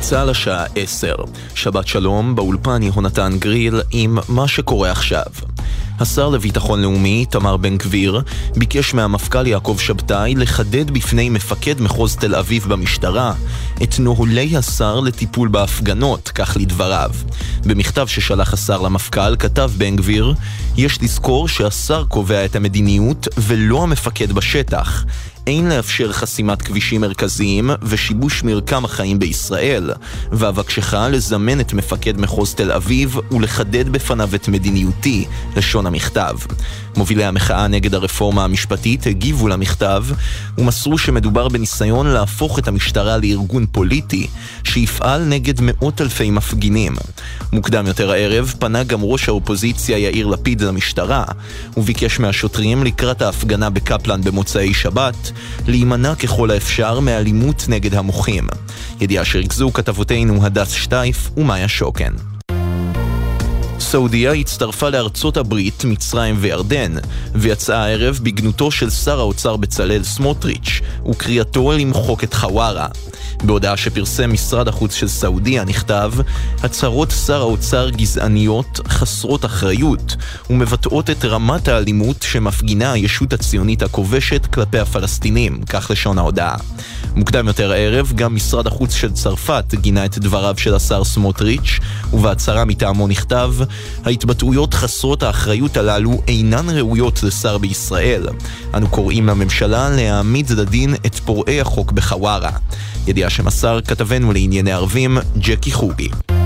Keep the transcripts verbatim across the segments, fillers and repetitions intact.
גלי צהל השעה עשר. שבת שלום, באולפן יהונתן גריל עם מה שקורה עכשיו. השר לביטחון לאומי, תמר בן גביר, ביקש מהמפכ"ל יעקב שבתאי לחדד בפני מפקד מחוז תל אביב במשטרה את נוהלי השר לטיפול בהפגנות, כך לדבריו. במכתב ששלח השר למפכ"ל כתב בן גביר, יש לזכור שהשר קובע את המדיניות ולא המפקד בשטח. אין לאפשר חסימת כבישים מרכזיים ושיבוש מרקם החיים בישראל, ואבקשך לזמן את מפקד מחוז תל אביב ולחדד בפניו את מדיניותי, לשון המכתב. מובילי המחאה נגד הרפורמה המשפטית הגיבו למכתב ומסרו שמדובר בניסיון להפוך את המשטרה לארגון פוליטי שיפעל נגד מאות אלפי מפגינים. מוקדם יותר הערב פנה גם ראש האופוזיציה יאיר לפיד למשטרה וביקש מהשוטרים לקראת ההפגנה בקפלן במוצאי שבת להימנע ככל האפשר מאלימות נגד המוחים. ידיעה שריכזו כתבותינו הדס שטייף ומאיה שוקן. סעודיה הצטרפה לארצות הברית, מצרים וירדן, ויצאה הערב בגנותו של שר האוצר בצלאל סמוטריץ' וקריאתו למחוק את חווארה. בהודעה שפרסם משרד החוץ של סעודיה נכתב, הצהרות שר האוצר גזעניות חסרות אחריות ומבטאות את רמת האלימות שמפגינה הישות הציונית הכובשת כלפי הפלסטינים, כך לשון ההודעה. מוקדם יותר הערב גם משרד החוץ של צרפת גינה את דבריו של השר סמוטריץ' ובהצהרה מטעמו נכתב, ההתבטאויות חסרות האחריות הללו אינן ראויות לשר בישראל. אנו קוראים לממשלה להעמיד לדין את פורעי החוק בחווארה. ידיעה שמסר כתבנו לענייני ערבים ג'קי חוגי.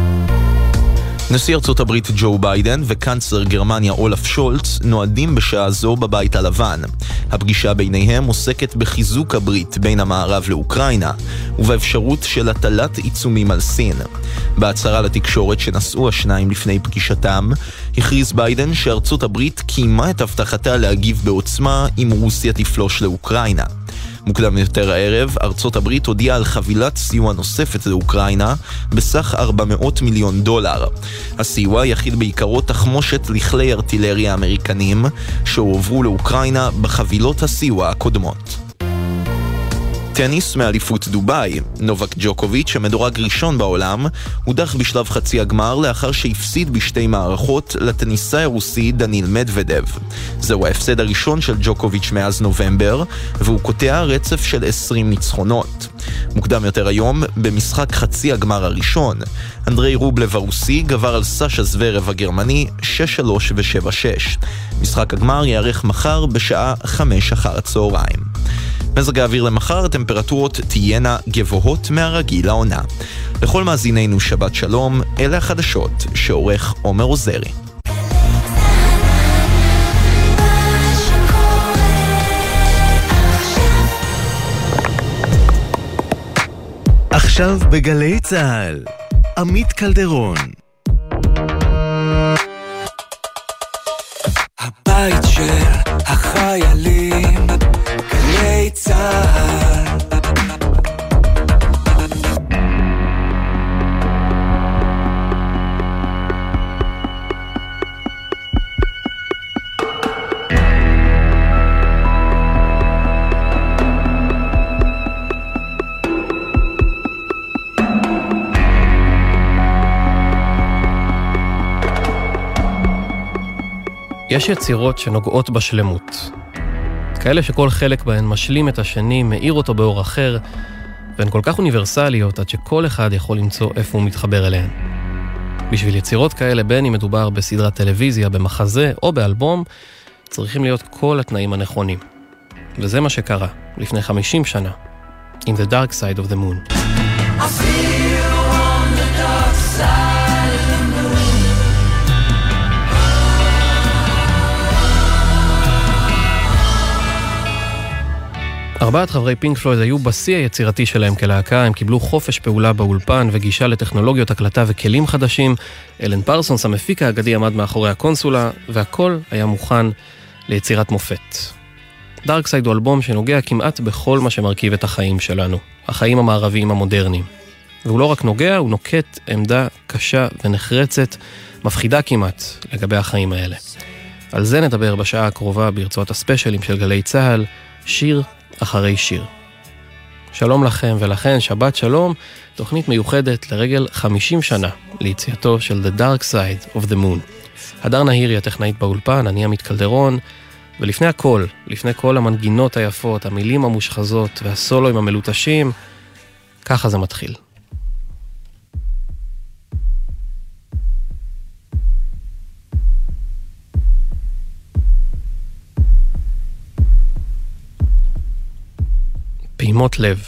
נשיא ארצות הברית ג'ו ביידן וקנצלר גרמניה אולף שולץ נועדים בשעה זו בבית הלבן. הפגישה ביניהם עוסקת בחיזוק הברית בין המערב לאוקראינה ובאפשרות של הטלת עיצומים על סין. בהצהרה לתקשורת שנשאו השניים לפני פגישתם, הכריז ביידן שארצות הברית קיימה את הבטחתה להגיב בעוצמה אם רוסיה תפלוש לאוקראינה. מוקדם יותר הערב, ארצות הברית הודיעה על חבילת סיוע נוספת לאוקראינה בסך ארבע מאות מיליון דולר. הסיוע יכיל בעיקרו תחמושת לכלי ארטילריה אמריקנים שהועברו לאוקראינה בחבילות הסיוע הקודמות. טניס מאליפות דובאי. נובק ג'וקוביץ' שמדורג ראשון בעולם הודח בשלב חצי הגמר לאחר שהפסיד בשתי מערכות לטניסאי הרוסי דניל מדוודב. זהו ההפסד הראשון של ג'וקוביץ' מאז נובמבר והוא קוטע רצף של עשרים ניצחונות. מוקדם יותר היום במשחק חצי הגמר הראשון אנדרי רובלב הרוסי גבר על סאשה זוורב הגרמני שש שלוש ו-שבע שש. משחק הגמר יארך מחר בשעה חמש אחר הצהריים. מזג האוויר למחר, הטמפרטורות תהיינה גבוהות מהרגיל לעונה. לכל מאזינינו שבת שלום, אלה החדשות שעורך עומר עוזרי. עכשיו בגלי צהל, עמית קלדרון. הבית של החיילים, גלי צהל. יש יצירות שנוגעות בשלמות. כאלה שכל חלק בהן משלים את השני, מאיר אותו באור אחר, והן כל כך אוניברסליות עד שכל אחד יכול למצוא איפה הוא מתחבר אליהן. בשביל יצירות כאלה, בין אם מדובר בסדרת טלוויזיה, במחזה או באלבום, צריכים להיות כל התנאים הנכונים. וזה מה שקרה, לפני חמישים שנה, In the Dark Side of the Moon. I see you on the dark side of the moon. ארבעת חברי פינק פלויד היו בשיא היצירתי שלהם כלהקה, הם קיבלו חופש פעולה באולפן וגישה לטכנולוגיות הקלטה וכלים חדשים. אלן פרסונס המפיק האגדי עמד מאחורי הקונסולה, והכל היה מוכן ליצירת מופת. דארק סייד הוא אלבום שנוגע כמעט בכל מה שמרכיב את החיים שלנו, החיים המערביים המודרניים. והוא לא רק נוגע, הוא נוקט עמדה קשה ונחרצת, מפחידה כמעט לגבי החיים האלה. על זה נדבר בשעה הקרובה ברצועת הספיישלים של גלי צהל, שיר אחרי שיר. שלום לכם ולכן, שבת שלום, תוכנית מיוחדת לרגל חמישים שנה ליציאתו של The Dark Side of the Moon. הדר נהירי הטכנאית באולפן, אני עמית קלדרון, ולפני הכל, לפני כל המנגינות היפות, המילים המושחזות והסולוים המלוטשים, ככה זה מתחיל. פעימות לב.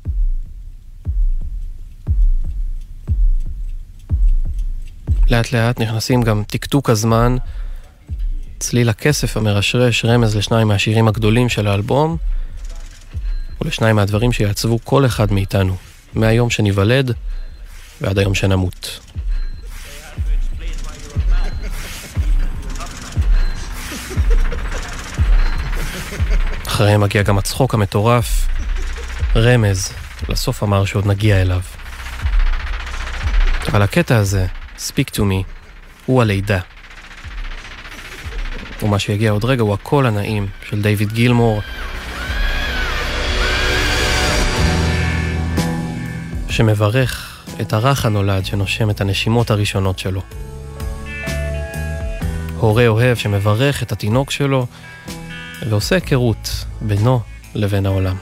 לאט לאט נכנסים גם תקתוק הזמן, צליל הכסף המרשרש, רמז לשניים מהשירים הגדולים של האלבום, ולשניים מהדברים שיעצבו כל אחד מאיתנו, מהיום שניוולד ועד היום שנמות. אחריהם מגיע גם הצחוק המטורף, רמז לסוף אמר שעוד נגיע אליו. אבל הקטע הזה, Speak to me, הוא הלידה. ומה שיגיע עוד רגע הוא הקול הנעים של דיוויד גילמור, שמברך את הרך הנולד שנושם את הנשימות הראשונות שלו. הורה אוהב שמברך את התינוק שלו ועושה היכרות בינו לבין העולם.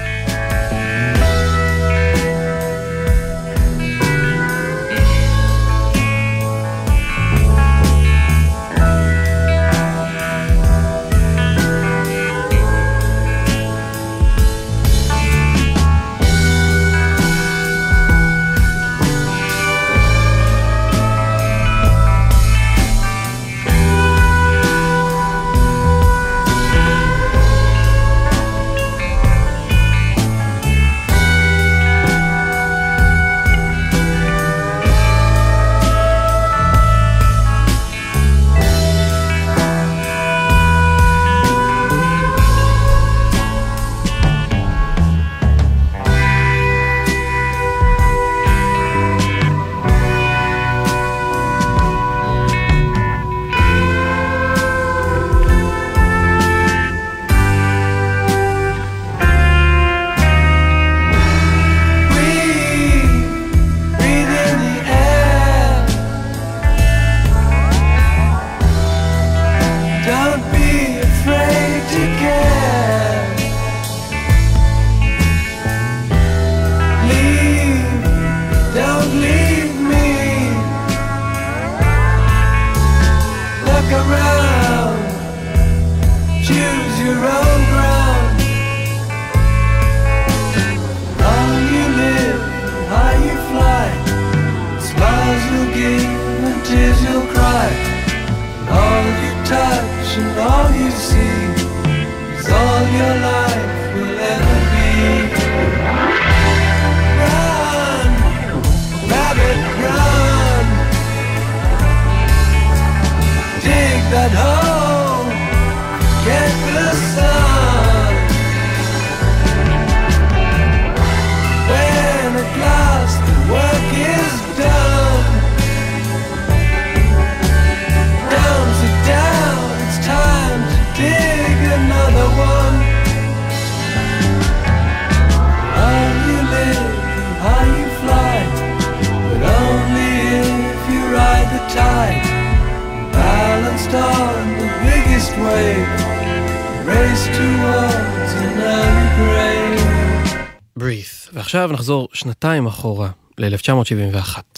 ועכשיו נחזור שנתיים אחורה, ל-אלף תשע מאות שבעים ואחת.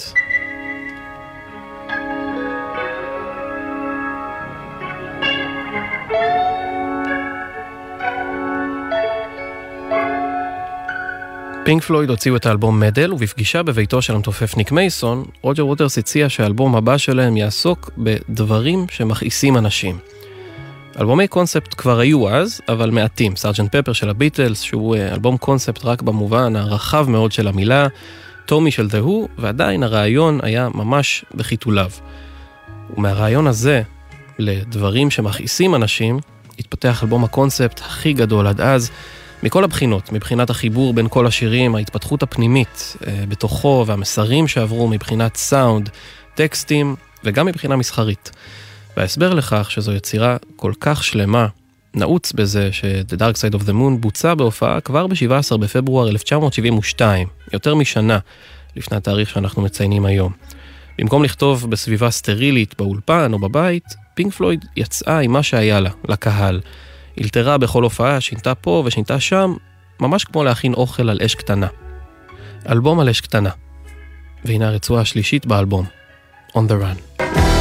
פינק פלויד הוציאו את האלבום מדל, ובפגישה בביתו של המתופף ניק מייסון, רוג'ר ווטרס הציע שהאלבום הבא שלהם יעסוק בדברים שמכעיסים אנשים. אלבומי קונספט כבר היו אז, אבל מעטים. סארג'נט פפר של הביטלס, שהוא אלבום קונספט רק במובן הרחב מאוד של המילה, טומי של The Who, ועדיין הרעיון היה ממש בחיתוליו. ומהרעיון הזה, לדברים שמכעיסים אנשים, התפתח אלבום הקונספט הכי גדול עד אז, מכל הבחינות, מבחינת החיבור בין כל השירים, ההתפתחות הפנימית בתוכו, והמסרים שעברו מבחינת סאונד, טקסטים, וגם מבחינה מסחרית. וההסבר לכך שזו יצירה כל כך שלמה, נעוץ בזה ש-The Dark Side of the Moon בוצע בהופעה כבר ב-שבעה עשר בפברואר אלף תשע מאות שבעים ושתיים, יותר משנה לפני התאריך שאנחנו מציינים היום. במקום לכתוב בסביבה סטרילית באולפן או בבית, פינק פלויד יצאה עם מה שהיה לה, לקהל. הילתרה בכל הופעה, שינתה פה ושינתה שם, ממש כמו להכין אוכל על אש קטנה. אלבום על אש קטנה. והנה הרצועה השלישית באלבום, On the Run.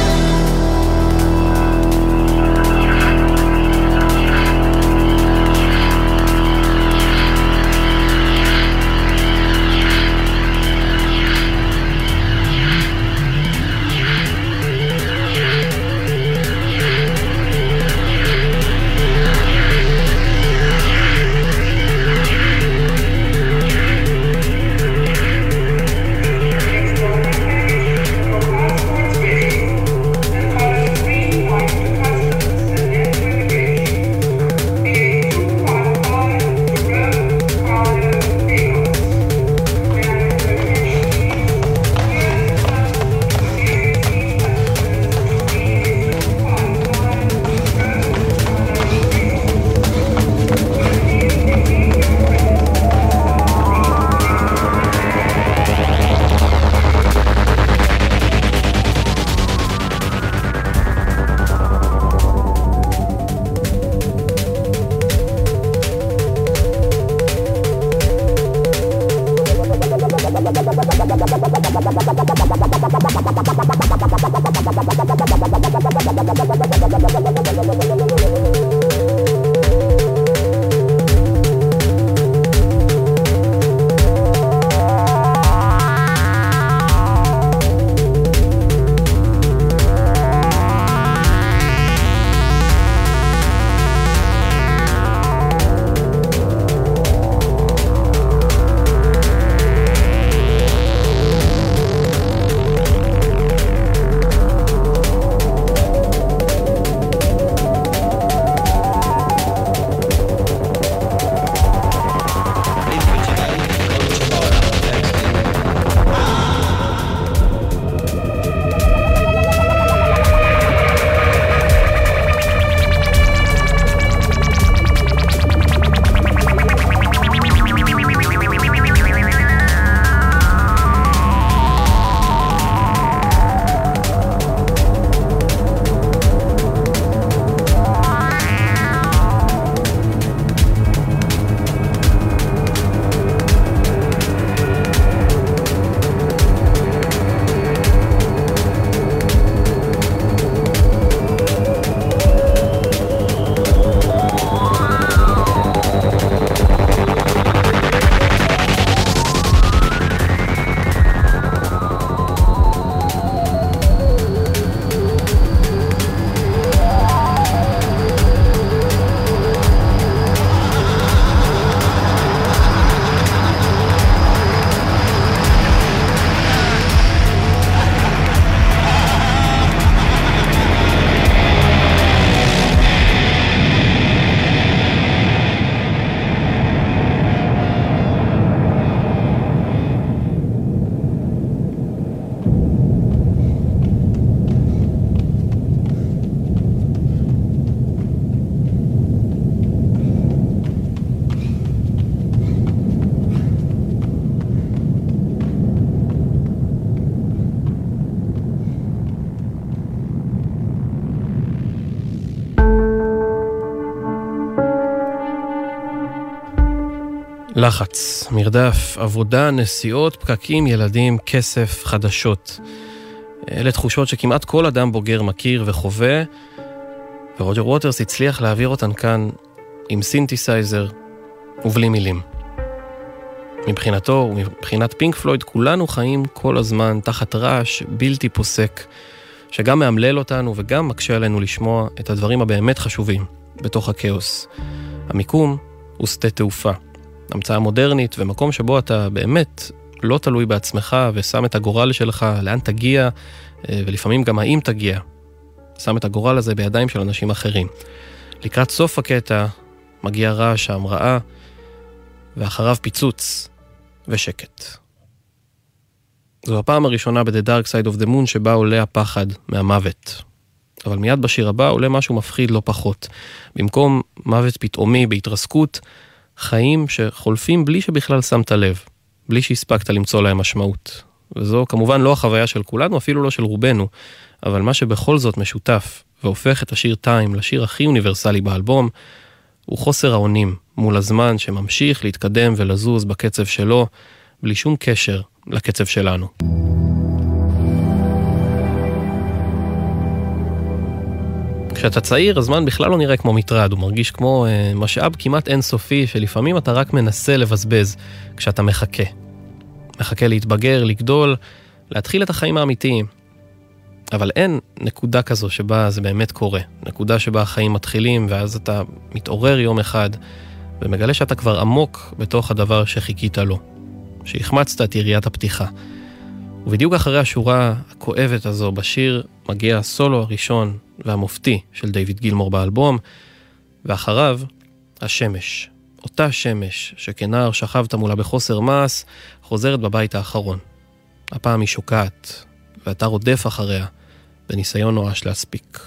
לחץ, מרדף, עבודה, נסיעות, פקקים, ילדים, כסף, חדשות. אלה תחושות שכמעט כל אדם בוגר מכיר וחווה, ורוג'ר ווטרס הצליח להעביר אותן כאן עם סינתסייזר ובלי מילים. מבחינתו ומבחינת פינק פלויד כולנו חיים כל הזמן תחת רעש בלתי פוסק, שגם מאמלל אותנו וגם מקשה עלינו לשמוע את הדברים הבאמת חשובים בתוך הכאוס. המיקום הוא שדה תעופה, המצאה מודרנית ומקום שבו אתה באמת לא תלוי בעצמך ושם את הגורל שלך, לאן תגיע ולפעמים גם האם תגיע. שם את הגורל הזה בידיים של אנשים אחרים. לקראת סוף הקטע מגיע רעש ההמראה ואחריו פיצוץ ושקט. זו הפעם הראשונה ב-The Dark Side of the Moon שבה עולה הפחד מהמוות. אבל מיד בשיר הבא עולה משהו מפחיד לא פחות. במקום מוות פתאומי בהתרסקות, חיים שחולפים בלי שבכלל שמת לב, בלי שהספקת למצוא להם משמעות. וזו כמובן לא החוויה של כולנו, אפילו לא של רובנו, אבל מה שבכל זאת משותף והופך את השיר טיים לשיר הכי אוניברסלי באלבום, הוא חוסר האונים מול הזמן שממשיך להתקדם ולזוז בקצב שלו, בלי שום קשר לקצב שלנו. כשאתה צעיר, הזמן בכלל לא נראה כמו מטרד, הוא מרגיש כמו אה, משאב כמעט אינסופי, שלפעמים אתה רק מנסה לבזבז כשאתה מחכה. מחכה להתבגר, לגדול, להתחיל את החיים האמיתיים. אבל אין נקודה כזו שבה זה באמת קורה. נקודה שבה החיים מתחילים, ואז אתה מתעורר יום אחד, ומגלה שאתה כבר עמוק בתוך הדבר שחיכית לו. שהחמצת את יריית הפתיחה. ובדיוק אחרי השורה הכואבת הזו בשיר, מגיע הסולו הראשון והמופתי של דיוויד גילמור באלבום, ואחריו, השמש. אותה שמש שכנער שכבת מולה בחוסר מעש, חוזרת בבית האחרון. הפעם היא שוקעת, ואתה רודף אחריה, בניסיון נואש להספיק.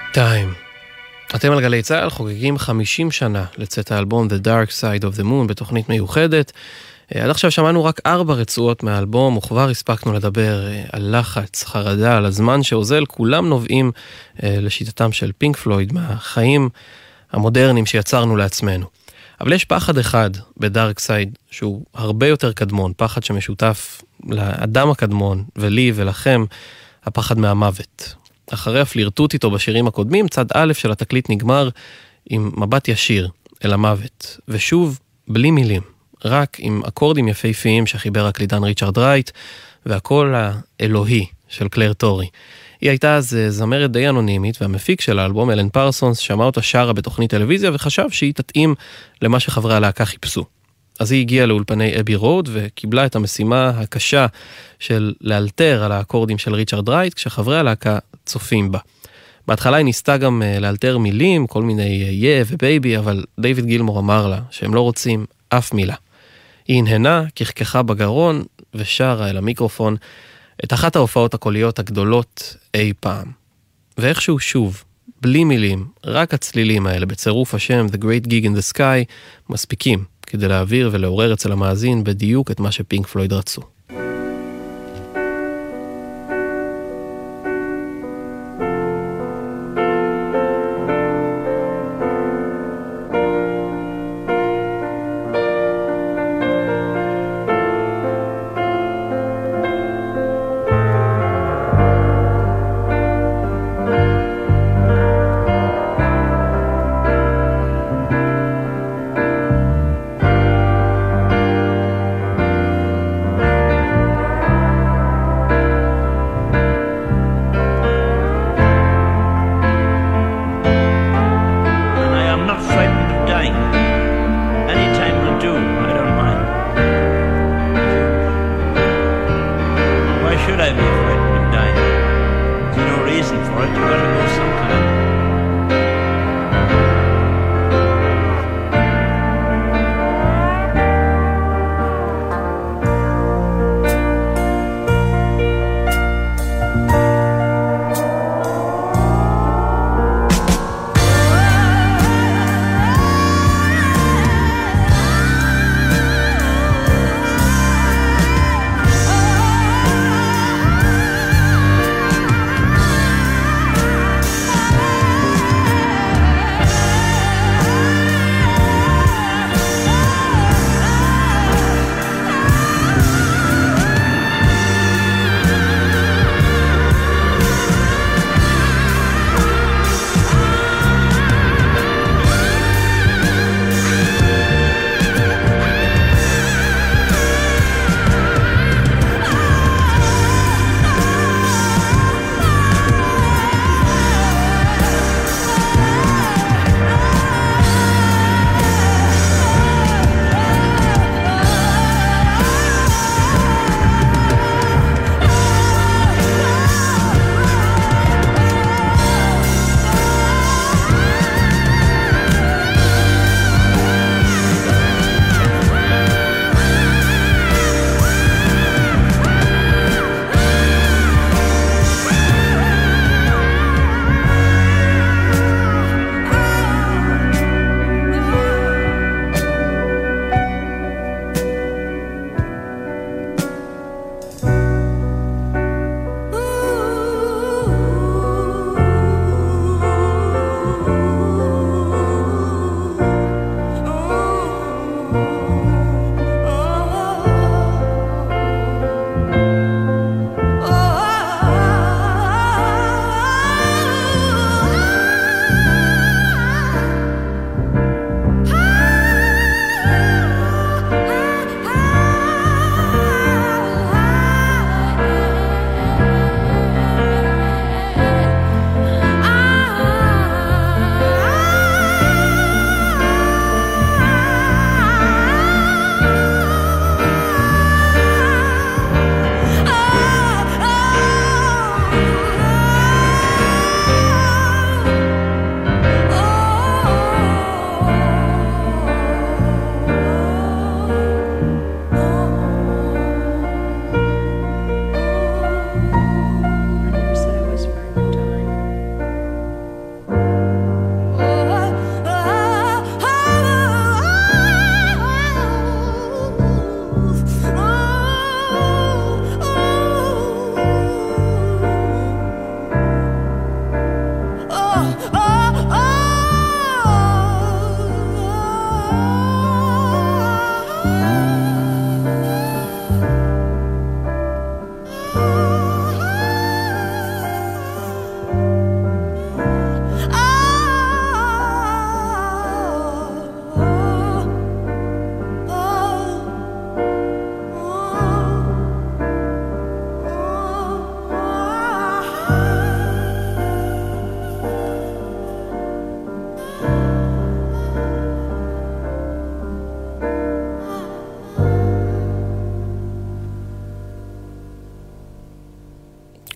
טיים. אתם על גלי צהל חוגגים חמישים שנה לצאת האלבום The Dark Side of the Moon בתוכנית מיוחדת. עד עכשיו שמענו רק ארבע רצועות מהאלבום, וכבר הספקנו לדבר על לחץ, חרדה, על הזמן שעוזל, כולם נובעים לשיטתם של פינק פלויד מהחיים המודרניים שיצרנו לעצמנו. אבל יש פחד אחד בדארק סייד שהוא הרבה יותר קדמון, פחד שמשותף לאדם הקדמון ולי ולכם, הפחד מהמוות. אחרי הפלירטוט איתו בשירים הקודמים, צד א' של התקליט נגמר עם מבט ישיר אל המוות, ושוב בלי מילים, רק עם אקורדים יפהפיים שחיבר הקלידן ריצ'רד רייט, והקול האלוהי של קלר טורי. היא הייתה אז זמרת די אנונימית, והמפיק של האלבום אלן פרסונס שמע אותה שרה בתוכנית טלוויזיה, וחשב שהיא תתאים למה שחברי הלהקה חיפשו. אז היא הגיעה לאולפני אבי רוד, וקיבלה את המשימה הקשה של לאלתר על האקורדים של ריצ'רד רייט, כשחברי הלהקה צופים בה. בהתחלה היא ניסתה גם לאלתר מילים, כל מיני יה ובייבי, אבל דיוויד גילמור אמר לה שהם לא רוצים אף מילה. היא הנהנה, כחככה בגרון, ושרה אל המיקרופון את אחת ההופעות הקוליות הגדולות אי פעם. ואיכשהו שוב, בלי מילים, רק הצלילים האלה בצירוף השם The Great Gig in the Sky מספיקים כדי להעביר ולעורר אצל המאזין בדיוק את מה שפינק פלויד רצו. Thank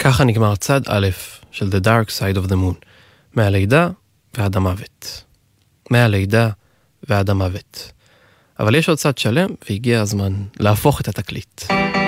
ככה נגמר צד א' של The Dark Side of the Moon, מהלידה ועד המוות. מהלידה ועד המוות. אבל יש עוד צד שלם, והגיע הזמן להפוך את התקליט.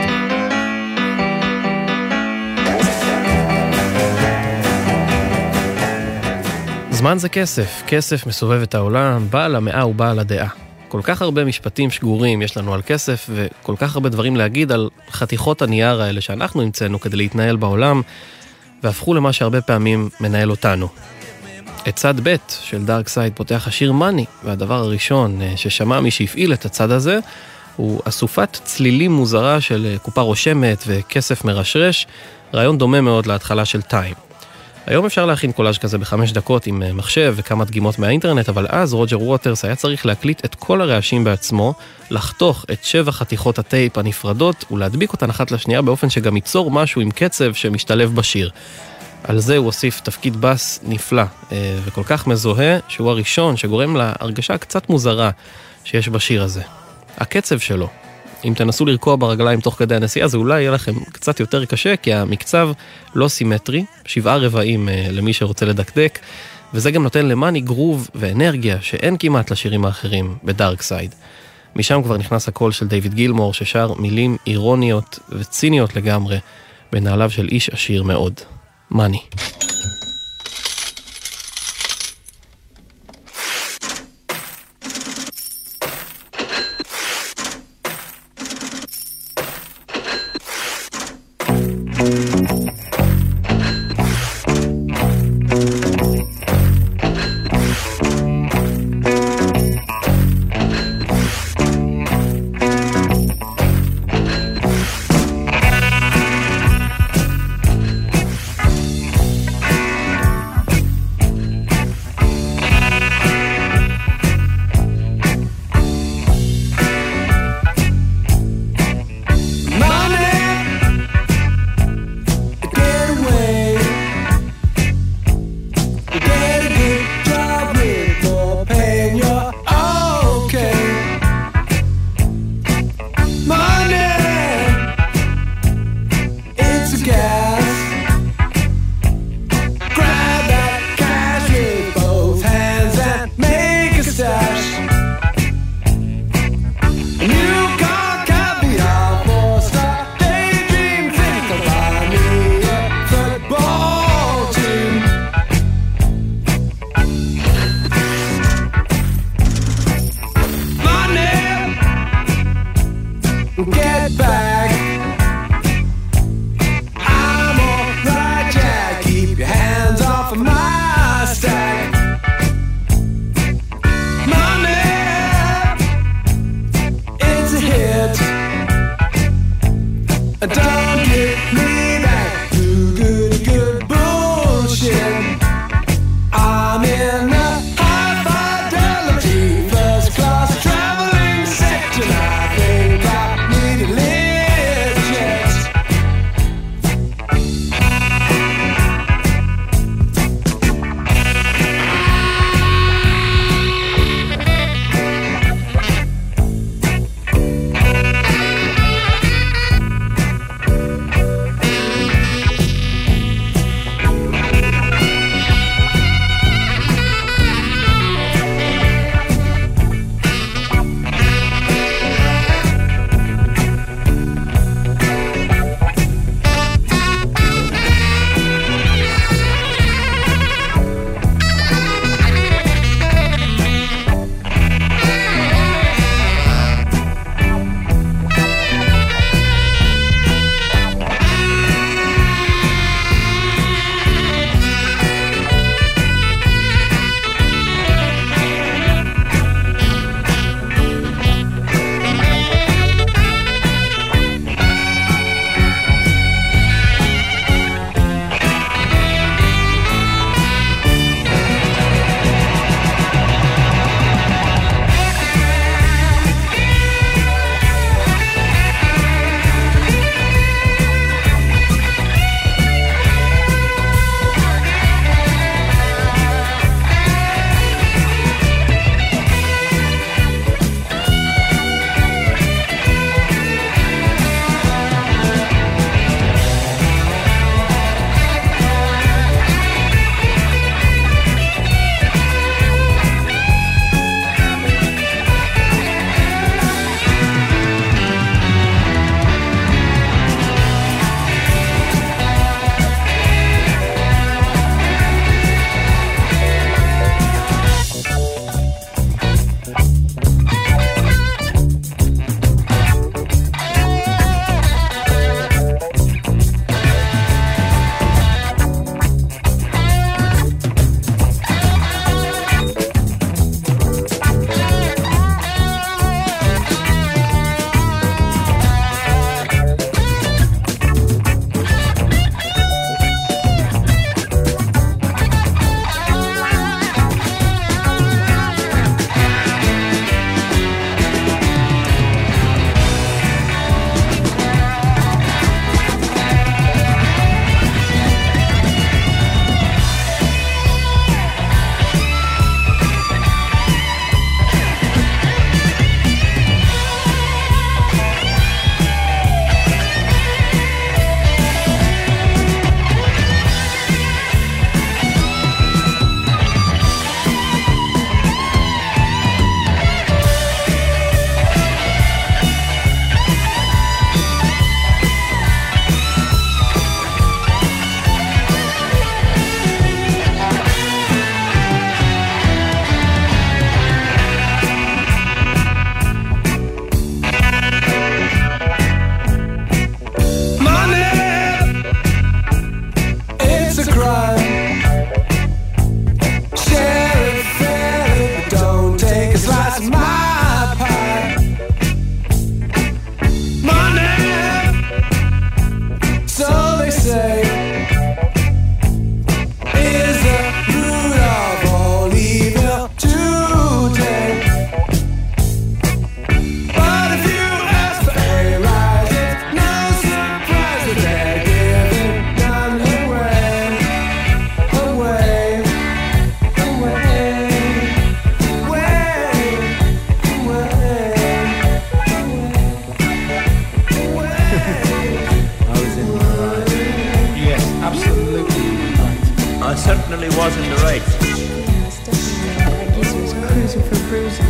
זמן זה כסף, כסף מסובב את העולם, בעל המאה ובעל הדעה. כל כך הרבה משפטים שגורים יש לנו על כסף, וכל כך הרבה דברים להגיד על חתיכות הנייר האלה שאנחנו המצאנו כדי להתנהל בעולם, והפכו למה שהרבה פעמים מנהל אותנו. את צד ב' של דארק סייד פותח השיר מאני, והדבר הראשון ששמע מי שהפעיל את הצד הזה, הוא אסופת צלילים מוזרה של קופה רושמת וכסף מרשרש, רעיון דומה מאוד להתחלה של טיים. היום אפשר להכין קולאז' כזה בחמש דקות עם מחשב וכמה דגימות מהאינטרנט, אבל אז רוג'ר ווטרס היה צריך להקליט את כל הרעשים בעצמו, לחתוך את שבע חתיכות הטייפ הנפרדות ולהדביק אותן אחת לשנייה באופן שגם ייצור משהו עם קצב שמשתלב בשיר. על זה הוא הוסיף תפקיד בס נפלא וכל כך מזוהה שהוא הראשון שגורם להרגשה קצת מוזרה שיש בשיר הזה. הקצב שלו. אם תנסו לרקוע ברגליים תוך כדי הנסיעה, זה אולי יהיה לכם קצת יותר קשה, כי המקצב לא סימטרי, שבעה רבעים למי שרוצה לדקדק, וזה גם נותן למאני גרוב ואנרגיה שאין כמעט לשירים האחרים בדארק סייד. משם כבר נכנס הקול של דיוויד גילמור, ששר מילים אירוניות וציניות לגמרי, בנעליו של איש עשיר מאוד. מאני. right. Yeah, it's definitely uh, that geezer was cruising for bruising.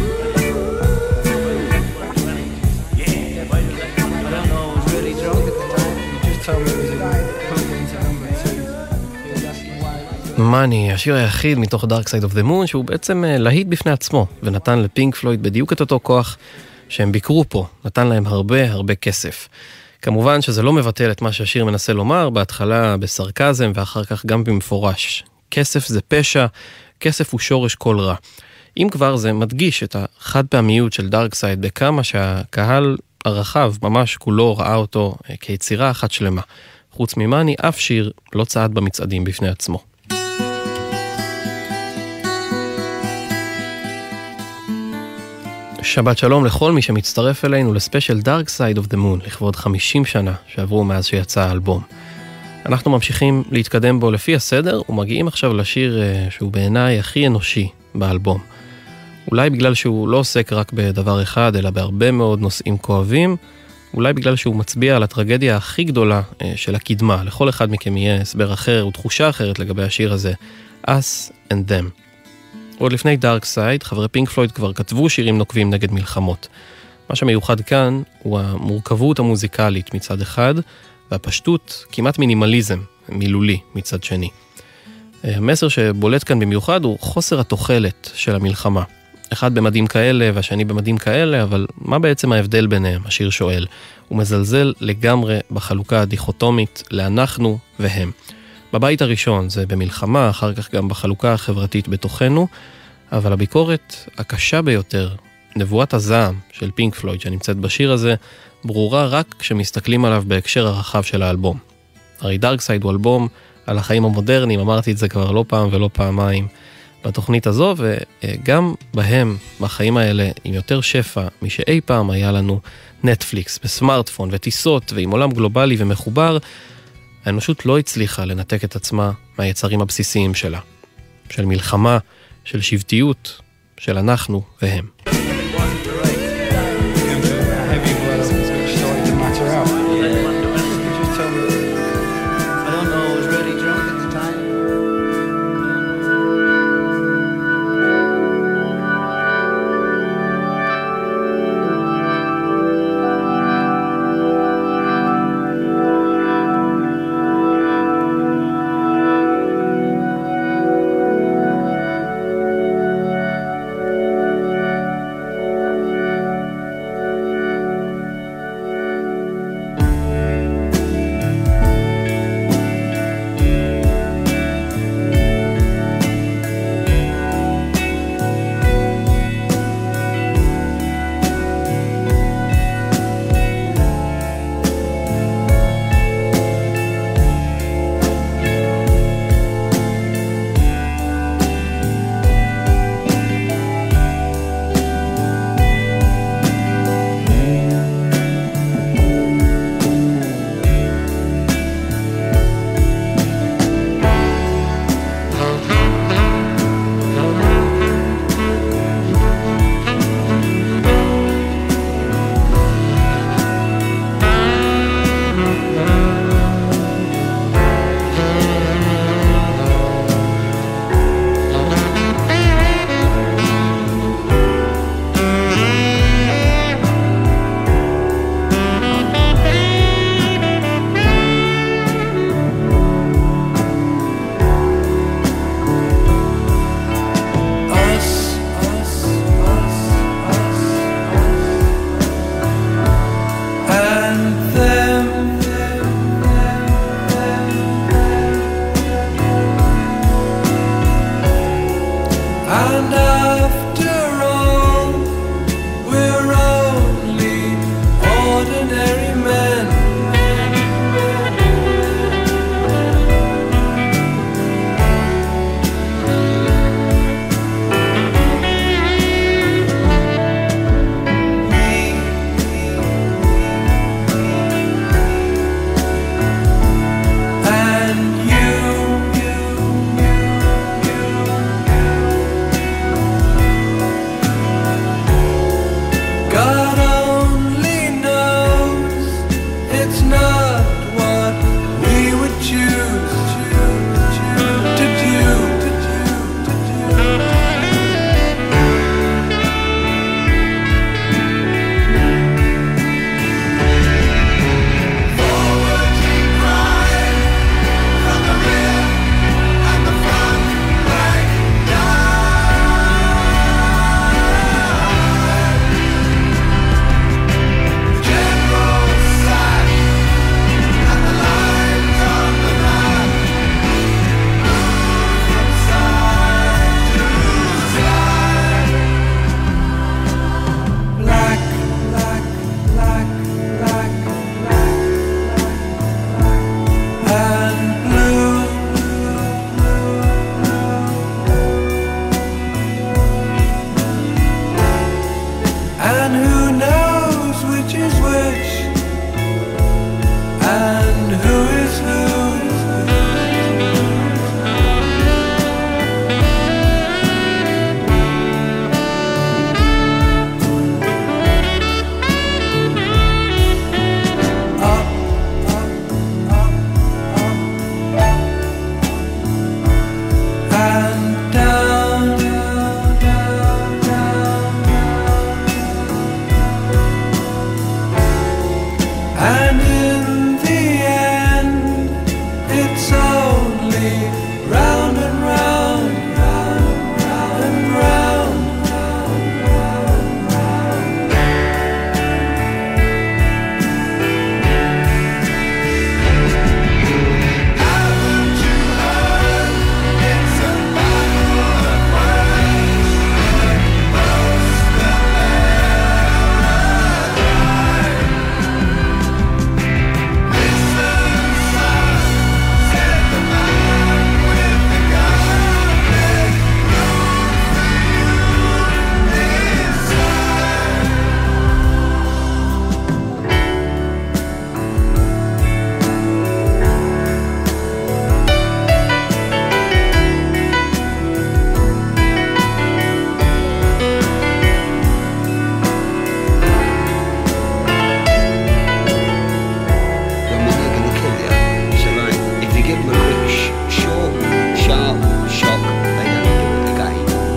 Yeah, but I don't know, I was really drunk at the time. He just told me it was a codeine to number two. He was asking why. מאני, השיר היחיד מתוך Dark Side of the Moon, שהוא בעצם להיט בפני עצמו, ונתן לפינק פלויד בדיוק את אותו כוח שהם ביקרו פה, נתן להם הרבה הרבה כסף. כמובן שזה לא מבטל את מה שהשיר מנסה לומר, בהתחלה בסרקזם ואחר כך גם במפורש. כסף זה פשע, כסף הוא שורש כל רע. אם כבר זה מדגיש את החד פעמיות של דארק סייד בכמה שהקהל הרחב ממש כולו ראה אותו כיצירה אחת שלמה. חוץ ממאני, אף שיר לא צעד במצעדים בפני עצמו. שבת שלום לכל מי שמצטרף אלינו לספיישל Dark Side of the Moon לכבוד חמישים שנה שעברו מאז שיצא האלבום. אנחנו ממשיכים להתקדם בו לפי הסדר ומגיעים עכשיו לשיר שהוא בעיניי הכי אנושי באלבום. אולי בגלל שהוא לא עוסק רק בדבר אחד אלא בהרבה מאוד נושאים כואבים, אולי בגלל שהוא מצביע על הטרגדיה הכי גדולה של הקדמה. לכל אחד מכם יהיה הסבר אחר ותחושה אחרת לגבי השיר הזה, Us and Them. עוד לפני דארק סייד, חברי פינק פלויד כבר כתבו שירים נוקבים נגד מלחמות. מה שמיוחד כאן הוא המורכבות המוזיקלית מצד אחד, והפשטות, כמעט מינימליזם, מילולי מצד שני. המסר שבולט כאן במיוחד הוא חוסר התוחלת של המלחמה. אחד במדים כאלה והשני במדים כאלה, אבל מה בעצם ההבדל ביניהם? השיר שואל. הוא מזלזל לגמרי בחלוקה הדיכוטומית לאנחנו והם. בבית הראשון זה במלחמה, אחר כך גם בחלוקה החברתית בתוכנו, אבל הביקורת הקשה ביותר, נבואת הזעם של פינק פלויד שנמצאת בשיר הזה, ברורה רק כשמסתכלים עליו בהקשר הרחב של האלבום. הרי דארק סייד הוא אלבום על החיים המודרניים, אמרתי את זה כבר לא פעם ולא פעמיים בתוכנית הזו, וגם בהם, בחיים האלה, עם יותר שפע משאי פעם היה לנו נטפליקס וסמארטפון וטיסות ועם עולם גלובלי ומחובר, האנושות לא הצליחה לנתק את עצמה מהיצרים הבסיסיים שלה. של מלחמה, של שבטיות, של אנחנו והם.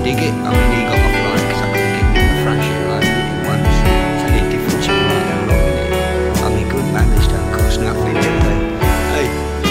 dig it. I mean, he got off like, because I couldn't get him a fraction, like, I did it once. So I did different shit like they were loving it. I mean, good man, this don't cost nothing, do they? Hey.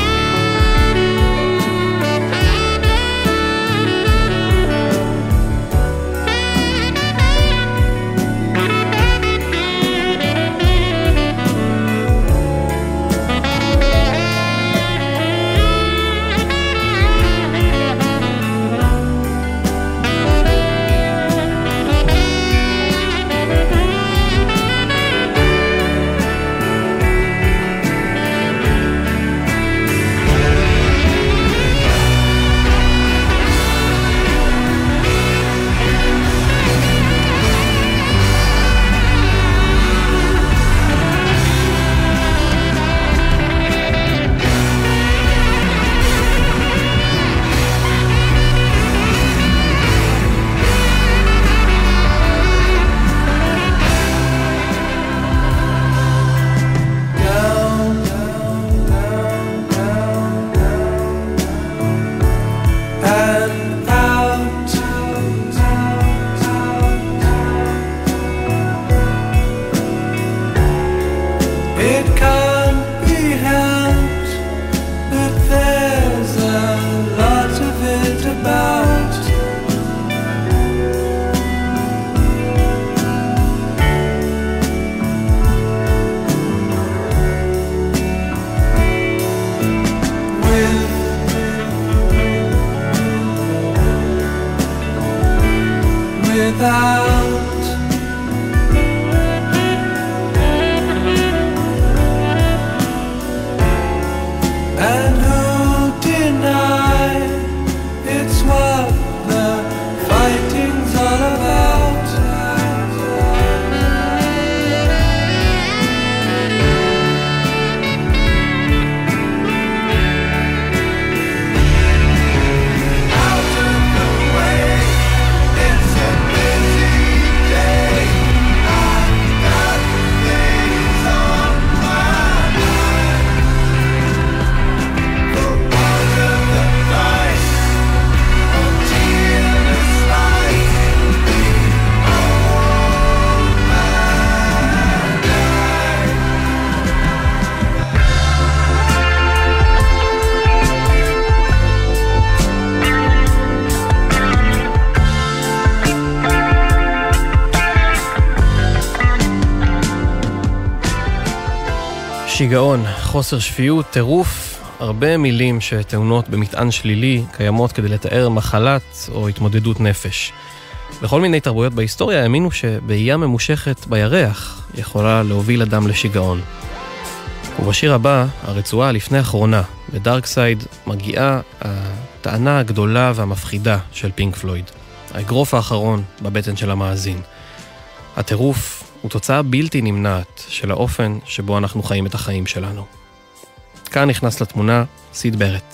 שיגעון, חוסר שפיות, טירוף, הרבה מילים שטעונות במטען שלילי קיימות כדי לתאר מחלת או התמודדות נפש. בכל מיני תרבויות בהיסטוריה האמינו שבהייה ממושכת בירח יכולה להוביל אדם לשיגעון. ובשיר הבא, הרצועה לפני האחרונה, בדארק סייד, מגיעה הטענה הגדולה והמפחידה של פינק פלויד. האגרוף האחרון בבטן של המאזין. הטירוף הוא תוצאה בלתי נמנעת של האופן שבו אנחנו חיים את החיים שלנו. כאן נכנס לתמונה סיד ברט.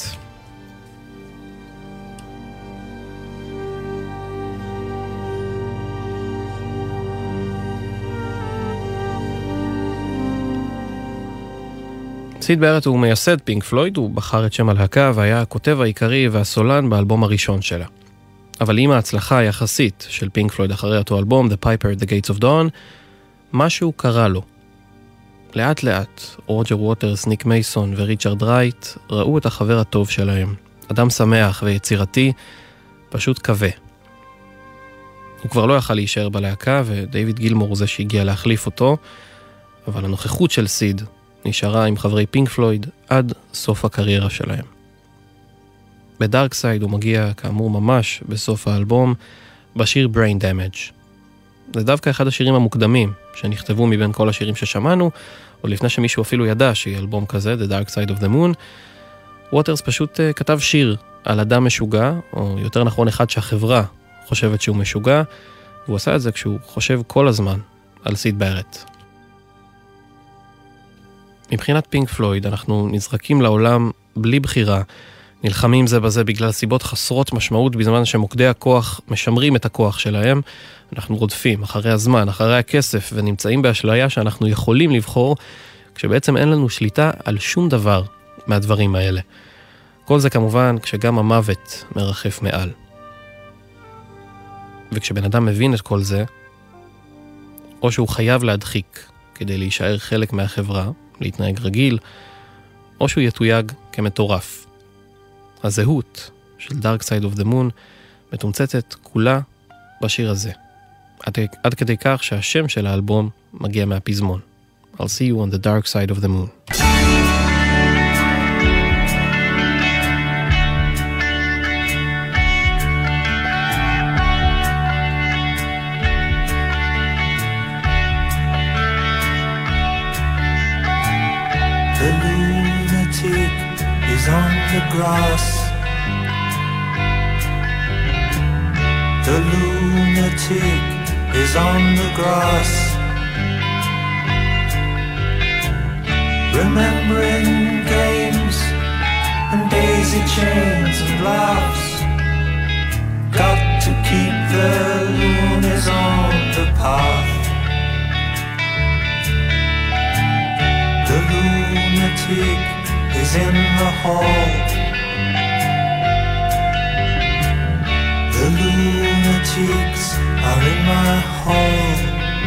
סיד ברט הוא מייסד פינק פלויד, הוא בחר את שם הלהקה והיה הכותב העיקרי והסולן באלבום הראשון שלה. אבל עם ההצלחה היחסית של פינק פלויד אחרי אותו אלבום, The Piper, The Gates of Dawn, משהו קרה לו. לאט לאט, רוג'ר ווטרס, ניק מייסון וריצ'רד רייט ראו את החבר הטוב שלהם. אדם שמח ויצירתי, פשוט קווה. הוא כבר לא יכל להישאר בלהקה, ודייוויד גילמור הוא זה שהגיע להחליף אותו, אבל הנוכחות של סיד נשארה עם חברי פינק פלויד עד סוף הקריירה שלהם. בדארק סייד הוא מגיע כאמור ממש בסוף האלבום, בשיר Brain Damage. זה דווקא אחד השירים המוקדמים שנכתבו מבין כל השירים ששמענו, או לפני שמישהו אפילו ידע שיהיה אלבום כזה, The Dark Side of the Moon. ווטרס פשוט uh, כתב שיר על אדם משוגע, או יותר נכון אחד שהחברה חושבת שהוא משוגע, והוא עשה את זה כשהוא חושב כל הזמן על סיד ברט. מבחינת פינק פלויד אנחנו נזרקים לעולם בלי בחירה, נלחמים זה בזה בגלל סיבות חסרות משמעות בזמן שמוקדי הכוח משמרים את הכוח שלהם. אנחנו רודפים אחרי הזמן, אחרי הכסף, ונמצאים באשליה שאנחנו יכולים לבחור, כשבעצם אין לנו שליטה על שום דבר מהדברים האלה. כל זה כמובן כשגם המוות מרחף מעל. וכשבן אדם מבין את כל זה, או שהוא חייב להדחיק כדי להישאר חלק מהחברה, להתנהג רגיל, או שהוא יתויג כמטורף. הזהות של Dark Side of the Moon מתומצתת כולה בשיר הזה. עד, עד כדי כך שהשם של האלבום מגיע מהפזמון. I'll see you on the dark side of the moon. The lunatic is on the grass. The lunatic is on the grass, remembering games and daisy chains and laughs. Got to keep the loonies on the path. The lunatic is in the hall. The lunatics are in my hall.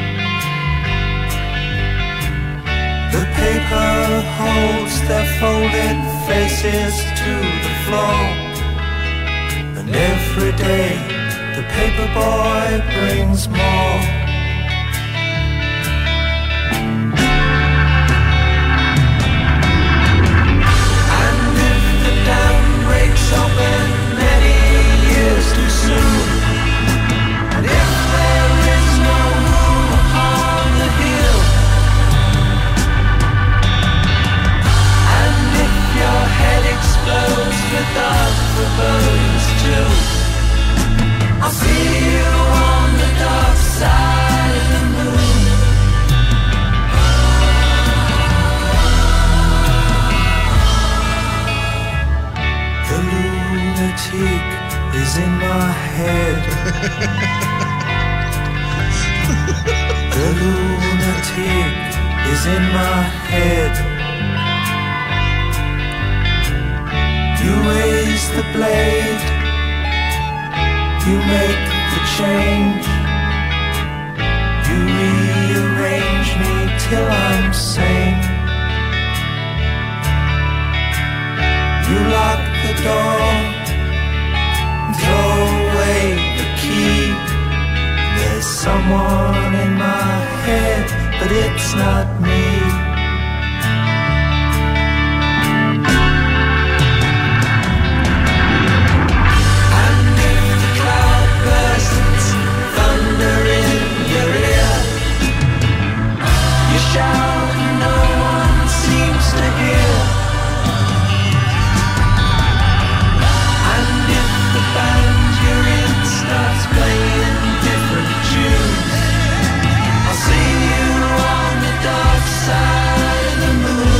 The paper holds their folded faces to the floor, and every day the paper boy brings more. And if the dam breaks open many years too soon, and if there is no room upon the hill, and if your head explodes with dark forebodings too, I'll see you on the dark side of the moon. The lunatic is in my head. The lunatic is in my head. You raise the blade, you make the change, you rearrange me till I'm sane. You lock the door, throw away the key. There's someone in my head, but it's not me. And if the cloud bursts, thunder in your ear, you shout and no one seems to hear. And if the band you're in starts playing different tunes, I'll see you on the dark side of the moon.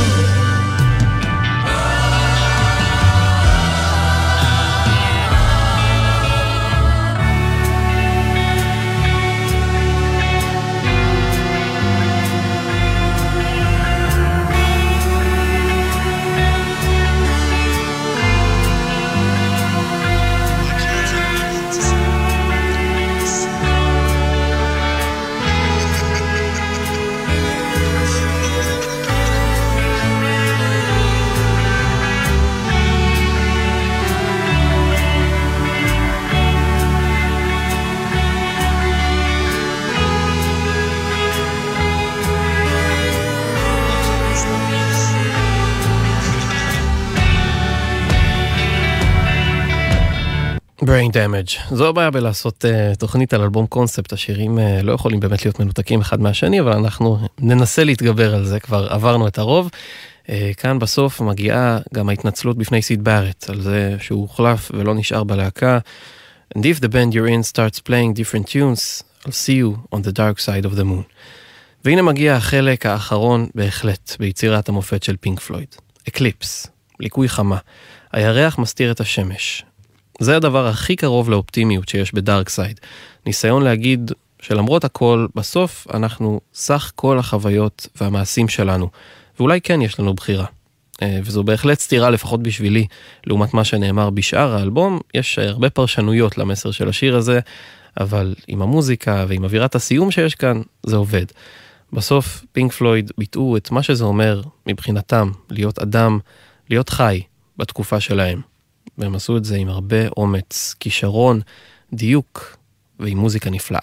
Brain Damage. זו הבעיה בלעשות uh, תוכנית על אלבום קונספט. השירים uh, לא יכולים באמת להיות מנותקים אחד מהשני, אבל אנחנו ננסה להתגבר על זה, כבר עברנו את הרוב. Uh, כאן בסוף מגיעה גם ההתנצלות בפני סיד בארט, על זה שהוא הוחלף ולא נשאר בלהקה. And if the band you're in starts playing different tunes, I'll see you on the dark side of the moon. והנה מגיע החלק האחרון בהחלט ביצירת המופת של פינק פלויד. אקליפס, ליקוי חמה. הירח מסתיר את השמש. זה הדבר הכי קרוב לאופטימיות שיש בדארק סייד. ניסיון להגיד שלמרות הכל, בסוף אנחנו סך כל החוויות והמעשים שלנו. ואולי כן יש לנו בחירה. וזו בהחלט סתירה, לפחות בשבילי, לעומת מה שנאמר בשאר האלבום. יש הרבה פרשנויות למסר של השיר הזה. אבל עם המוזיקה ועם אווירת הסיום שיש כאן, זה עובד. בסוף פינק פלויד ביטאו את מה שזה אומר מבחינתם, להיות אדם, להיות חי בתקופה שלהם. והם עשו את זה עם הרבה אומץ, כישרון, דיוק ועם מוזיקה נפלאה.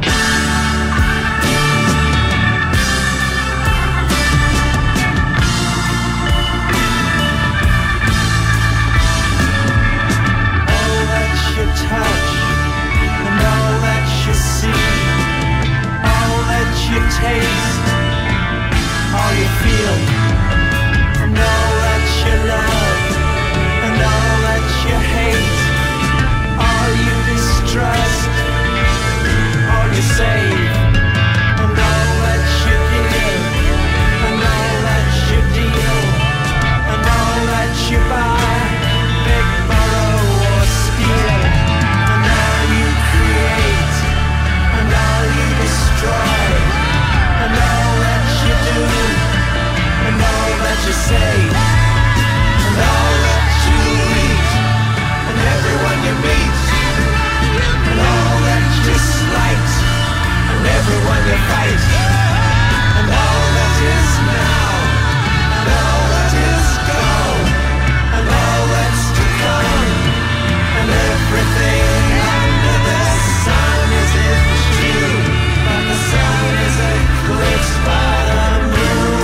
You taste, all you feel, and all that you love, and all that you hate, all you distrust, all you save, and all that you give, and all that you deal, and all that you buy, beg, borrow, or steal, and all you create, and all you destroy. And all that you do, and all that you say, and all that you eat, and everyone you meet, and all that you slight, and everyone you fight, and all that is now, and all that is gone, and all that's to come, and everything under the sun is it's you, but the sun is a eclipsed by the moon.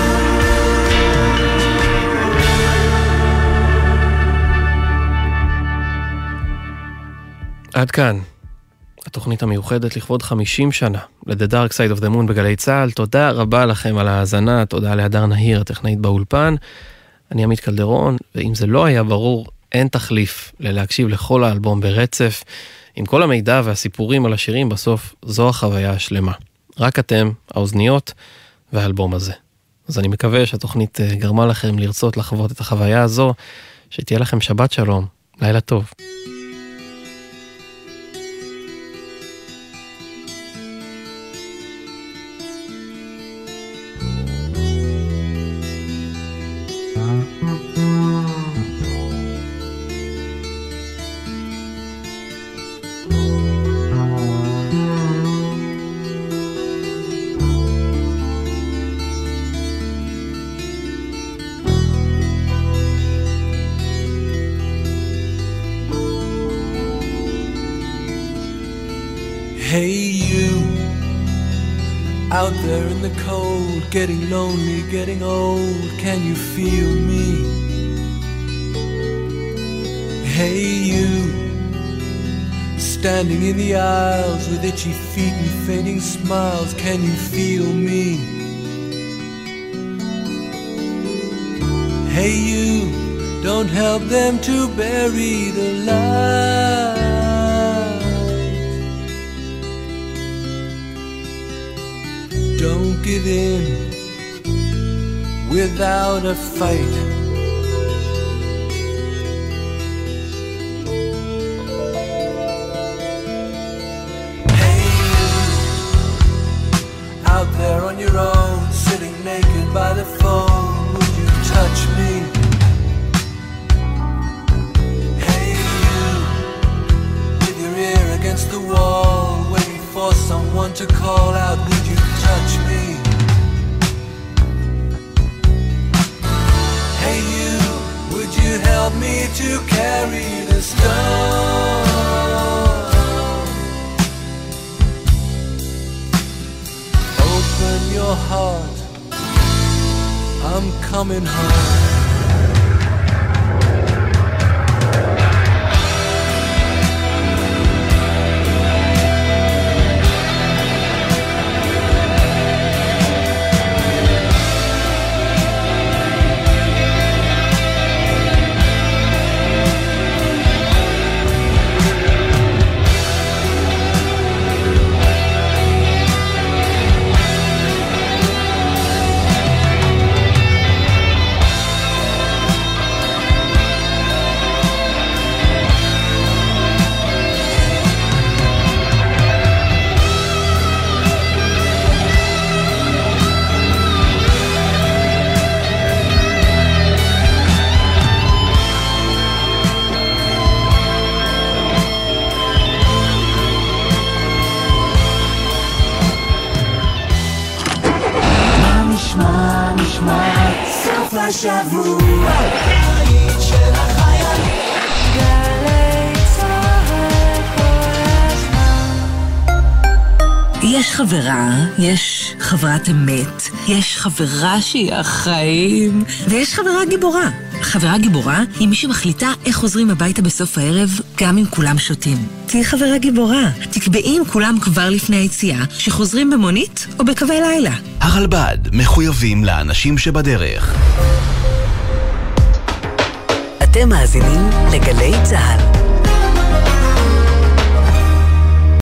עד כאן התוכנית המיוחדת לכבוד חמישים שנה ל-The Dark Side of the Moon בגלי צהל. תודה רבה לכם על ההאזנה, תודה להדר נהיר, הטכנאית באולפן. אני עמית קלדרון, ואם זה לא היה ברור, אין תחליף ללהקשיב לכל האלבום ברצף. עם כל המידע והסיפורים על השירים, בסוף זו החוויה השלמה. רק אתם, האוזניות והאלבום הזה. אז אני מקווה שהתוכנית גרמה לכם לרצות לחוות את החוויה הזו, שתהיה לכם שבת שלום, לילה טוב. Hey you, out there in the cold, getting lonely, getting old, can you feel me? Hey you, standing in the aisles with itchy feet and fainting smiles, can you feel me? Hey you, don't help them to bury the light. Don't give in without a fight. Hey you, out there on your own, sitting naked by the phone, would you touch me? Hey you, with your ear against the wall, waiting for someone to call out, would you touch me? Hey you, would you help me to carry the stone? Open your heart, I'm coming home. השבוע, הבית של החיילים. גלי צהל כל הזמן. יש חברה, יש חברת אמת, יש חברה שהיא החיים, ויש חברה גיבורה. חברה גיבורה היא מי שמחליטה איך חוזרים הביתה בסוף הערב, גם אם כולם שותים. תהי חברה גיבורה. תקבעי עם כולם כבר לפני היציאה, שחוזרים במונית או בקווי לילה. הרלב"ד מחויבים לאנשים שבדרך. אתם מאזינים לגלי צהל.